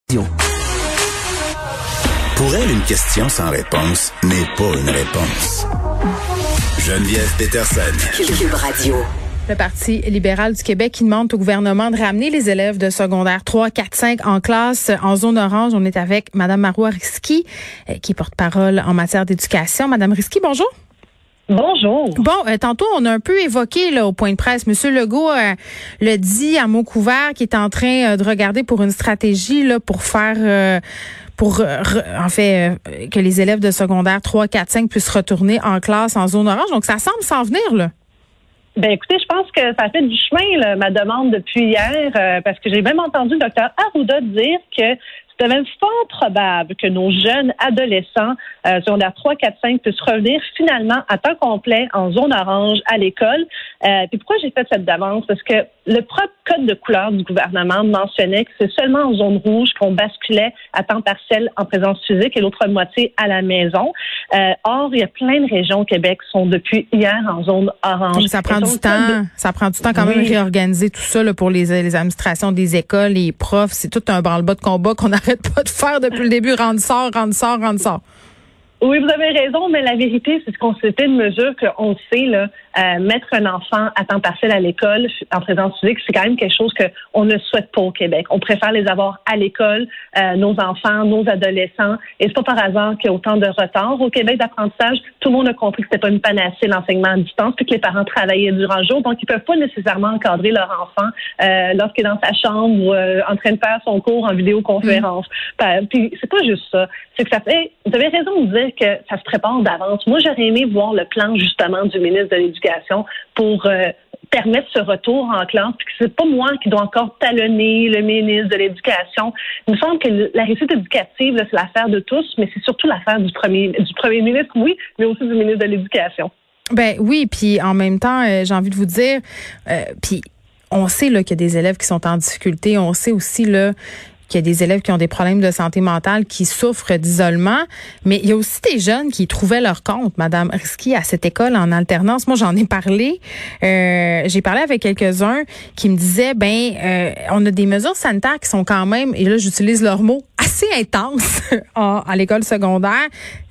Pour elle, une question sans réponse n'est pas une réponse. Geneviève Peterson. Cube Radio. Le Parti libéral du Québec qui demande au gouvernement de ramener les élèves de secondaire 3, 4, 5 en classe en zone orange. On est avec Mme Marois Risky, qui est porte-parole en matière d'éducation. Mme Risky, bonjour. Bonjour. Bon, tantôt, on a un peu évoqué là, au point de presse. M. Legault le dit à mots couverts qu'il est en train de regarder pour une stratégie là, pour faire... que les élèves de secondaire 3, 4, 5 puissent retourner en classe en zone orange. Donc, ça semble s'en venir, là. Ben écoutez, je pense que ça fait du chemin, là, ma demande depuis hier, parce que j'ai même entendu le Dr Arruda dire que c'était même fort probable que nos jeunes adolescents secondaire 3, 4, 5 puissent revenir finalement à temps complet en zone orange à l'école. Puis pourquoi j'ai fait cette demande? Parce que le propre code de couleur du gouvernement mentionnait que c'est seulement en zone rouge qu'on basculait à temps partiel en présence physique et l'autre moitié à la maison. Or, il y a plein de régions au Québec qui sont depuis hier en zone orange. Donc, ça prend du temps. Ça prend du temps quand même réorganiser tout ça là, pour les administrations des écoles, les profs. C'est tout un branle-bas de combat qu'on n'arrête pas de faire depuis le début. Rendre ça. Oui, vous avez raison, mais la vérité, c'est qu'on c'était une mesure qu'on sait, là, mettre un enfant à temps partiel à l'école en présence physique, c'est quand même quelque chose qu'on ne souhaite pas au Québec. On préfère les avoir à l'école, nos enfants, nos adolescents, et c'est pas par hasard qu'il y a autant de retard au Québec d'apprentissage. Tout le monde a compris que c'était pas une panacée l'enseignement à distance, puis que les parents travaillaient durant le jour, donc ils peuvent pas nécessairement encadrer leur enfant lorsqu'il est dans sa chambre ou en train de faire son cours en vidéoconférence. Puis c'est pas juste ça, c'est que ça fait. Vous avez raison de dire que ça se prépare d'avance. Moi, j'aurais aimé voir le plan, justement, du ministre de l'Éducation pour permettre ce retour en classe, puis que c'est pas moi qui dois encore talonner le ministre de l'Éducation. Il me semble que la réussite éducative, là, c'est l'affaire de tous, mais c'est surtout l'affaire du premier ministre, oui, mais aussi du ministre de l'Éducation. Ben oui, puis en même temps, j'ai envie de vous dire, puis on sait là qu'il y a des élèves qui sont en difficulté. On sait aussi là qu'il y a des élèves qui ont des problèmes de santé mentale, qui souffrent d'isolement. Mais il y a aussi des jeunes qui trouvaient leur compte, Madame Risky, à cette école en alternance. Moi, j'en ai parlé. J'ai parlé avec quelques-uns qui me disaient, on a des mesures sanitaires qui sont quand même, et là, j'utilise leurs mots, assez intenses à l'école secondaire.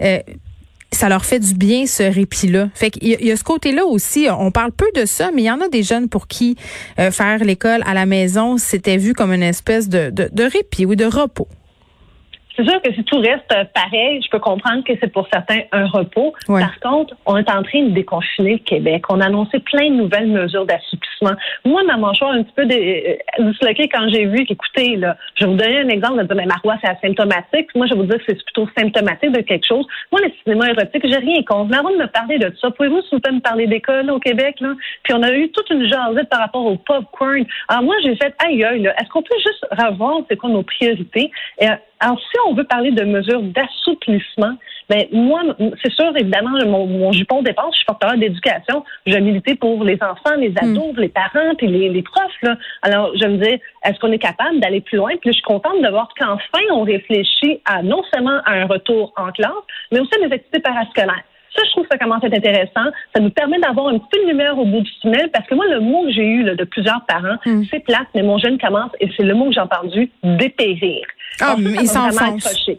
Ça leur fait du bien, ce répit-là. Fait qu'il y a ce côté-là aussi. On parle peu de ça, mais il y en a des jeunes pour qui faire l'école à la maison, c'était vu comme une espèce de répit ou de repos. C'est sûr que si tout reste pareil, je peux comprendre que c'est pour certains un repos. Ouais. Par contre, on est en train de déconfiner le Québec. On a annoncé plein de nouvelles mesures d'assouplissement. Moi, ma mâchoire un petit peu disloquée quand j'ai vu qu'écoutez, là, je vais vous donner un exemple de dire, mais Marois, c'est asymptomatique. Moi, je vais vous dire que c'est plutôt symptomatique de quelque chose. Moi, le cinéma érotique, j'ai rien contre. Mais avant de me parler de ça, pouvez-vous s'il vous plaît me parler d'école là, au Québec, là? Puis on a eu toute une jasette par rapport au popcorn. Alors moi, j'ai fait aïe, là. Est-ce qu'on peut juste revoir c'est quoi nos priorités? Alors, si on veut parler de mesures d'assouplissement, moi, c'est sûr, évidemment, mon jupon dépense, je suis porte-parole d'éducation, je vais militer pour les enfants, les ados, les parents, puis les profs, là. Alors, je me dis, est-ce qu'on est capable d'aller plus loin? Puis je suis contente de voir qu'enfin, on réfléchit à non seulement à un retour en classe, mais aussi à des activités parascolaires. Ça, je trouve que ça commence à être intéressant. Ça nous permet d'avoir un petit peu de lumière au bout du tunnel parce que moi, le mot que j'ai eu là, de plusieurs parents, c'est plate, mais mon jeune commence, et c'est le mot que j'ai entendu, dépérir. Ah, mais il s'enfonce.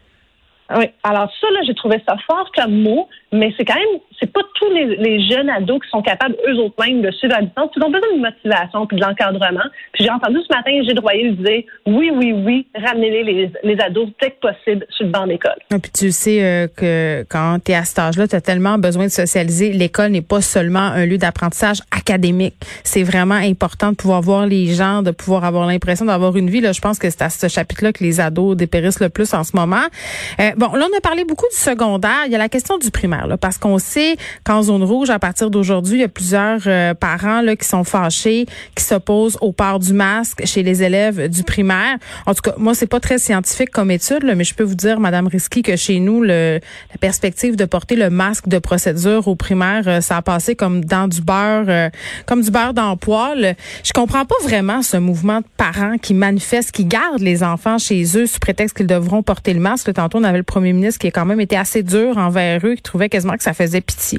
Oui. Alors ça, là, j'ai trouvé ça fort comme mot, mais c'est quand même, c'est pas tous les jeunes ados qui sont capables, eux autres mêmes, de suivre à distance. Ils ont besoin de motivation puis de l'encadrement. Puis j'ai entendu ce matin Gilles Royer dire oui, ramenez les ados dès que possible sur le banc d'école. Et puis tu sais que quand tu es à cet âge-là, tu as tellement besoin de socialiser. L'école n'est pas seulement un lieu d'apprentissage académique. C'est vraiment important de pouvoir voir les gens, de pouvoir avoir l'impression d'avoir une vie. Là, je pense que c'est à ce chapitre-là que les ados dépérissent le plus en ce moment. Bon, là, on a parlé beaucoup du secondaire. Il y a la question du primaire, là, parce qu'on sait qu'en zone rouge, à partir d'aujourd'hui, il y a plusieurs parents là qui sont fâchés, qui s'opposent au port du masque chez les élèves du primaire. En tout cas, moi, c'est pas très scientifique comme étude, là, mais je peux vous dire, Madame Risky, que chez nous, la perspective de porter le masque de procédure au primaire, ça a passé comme dans du beurre, comme du beurre dans le poêle. Je comprends pas vraiment ce mouvement de parents qui manifestent, qui gardent les enfants chez eux sous prétexte qu'ils devront porter le masque. Là, tantôt, on avait le premier ministre qui a quand même été assez dur envers eux, qui trouvait quasiment que ça faisait pitié.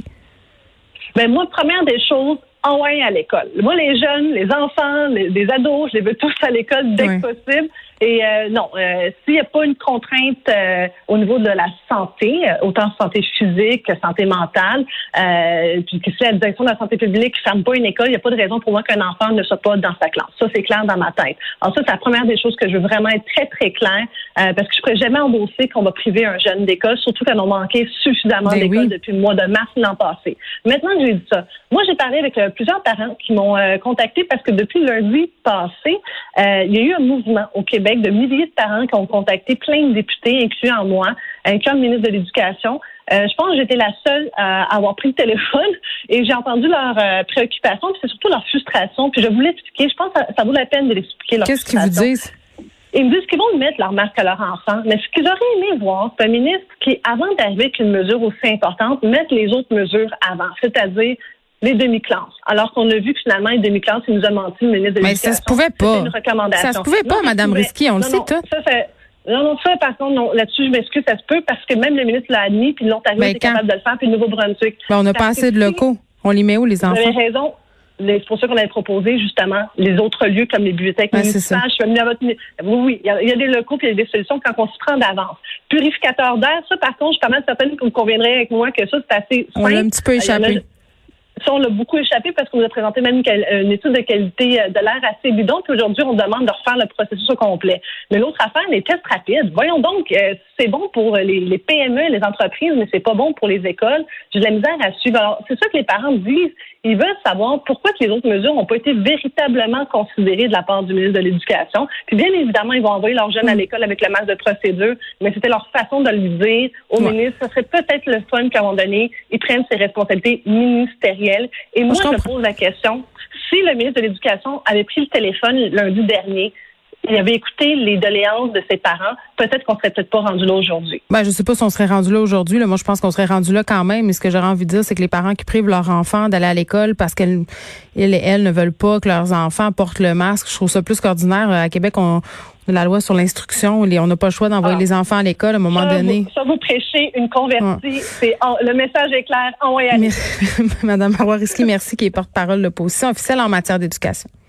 Moi, première des choses, à l'école. Moi, les jeunes, les enfants, les ados, je les veux tous à l'école dès que possible. Et non, s'il n'y a pas une contrainte au niveau de la santé, autant santé physique que santé mentale, puis que si la direction de la santé publique ne ferme pas une école, il n'y a pas de raison pour moi qu'un enfant ne soit pas dans sa classe. Ça, c'est clair dans ma tête. Alors ça, c'est la première des choses que je veux vraiment être très, très claire, parce que je ne pourrais jamais endosser qu'on va priver un jeune d'école, surtout quand on manquait suffisamment d'écoles depuis le mois de mars l'an passé. Maintenant que j'ai dit ça, moi, j'ai parlé avec plusieurs parents qui m'ont contacté parce que depuis lundi passé, il y a eu un mouvement au Québec de milliers de parents qui ont contacté plein de députés, incluant moi, incluant le ministre de l'Éducation. Je pense que j'étais la seule à avoir pris le téléphone et j'ai entendu leurs préoccupations, puis c'est surtout leur frustration. Puis je voulais expliquer, je pense que ça vaut la peine de l'expliquer leur frustration. Qu'est-ce qu'ils vous disent? Ils me disent qu'ils vont mettre leur masque à leurs enfants, mais ce qu'ils auraient aimé voir, c'est un ministre qui, avant d'arriver avec une mesure aussi importante, mette les autres mesures avant, c'est-à-dire les demi-classes. Alors qu'on a vu que finalement, les demi-classes, il nous a menti, le ministre de l'Éducation. Mais ça se pouvait pas. Une recommandation. Ça se pouvait pas, Mme Risky, on le sait tout. Non, ça, par contre, non, là-dessus, je m'excuse, ça se peut, parce que même le ministre l'a admis, puis l'Ontario était capable de le faire, puis le Nouveau-Brunswick. On n'a pas assez de locaux. On les met où, les enfants? Vous avez raison. C'est pour ça qu'on avait proposé, justement, les autres lieux comme les bibliothèques municipales. Oui, il y a des locaux puis il y a des solutions quand on se prend d'avance. Purificateur d'air, ça, par contre, je suis pas mal certaine que vous conviendrez avec moi que ça, c'est assez simple. On l'a un petit peu échappé. Ça, on l'a beaucoup échappé parce qu'on nous a présenté même une étude de qualité de l'air assez bidon. Puis aujourd'hui, on demande de refaire le processus au complet. Mais l'autre affaire, les tests rapides. Voyons donc, c'est bon pour les PME, les entreprises, mais c'est pas bon pour les écoles. J'ai de la misère à suivre. Alors, c'est ça que les parents disent. Ils veulent savoir pourquoi que les autres mesures n'ont pas été véritablement considérées de la part du ministre de l'Éducation. Puis bien évidemment, ils vont envoyer leurs jeunes à l'école avec le masque de procédure, mais c'était leur façon de le dire au ministre. Ce serait peut-être le fun qu'à un moment donné, ils prennent ses responsabilités ministérielles. Et moi, je me pose la question, si le ministre de l'Éducation avait pris le téléphone lundi dernier, il avait écouté les doléances de ses parents, peut-être qu'on serait peut-être pas rendu là aujourd'hui. Je sais pas si on serait rendu là aujourd'hui. Moi, je pense qu'on serait rendu là quand même. Mais ce que j'aurais envie de dire, c'est que les parents qui privent leurs enfants d'aller à l'école parce qu'elles ne veulent pas que leurs enfants portent le masque, je trouve ça plus qu'ordinaire. À Québec, on a la loi sur l'instruction. On n'a pas le choix d'envoyer les enfants à l'école à un moment donné. Vous prêchez une convertie. Le message est clair. Envoyez à l'école. Madame Marois Risky, merci, qui est porte-parole de l'opposition officielle en matière d'éducation.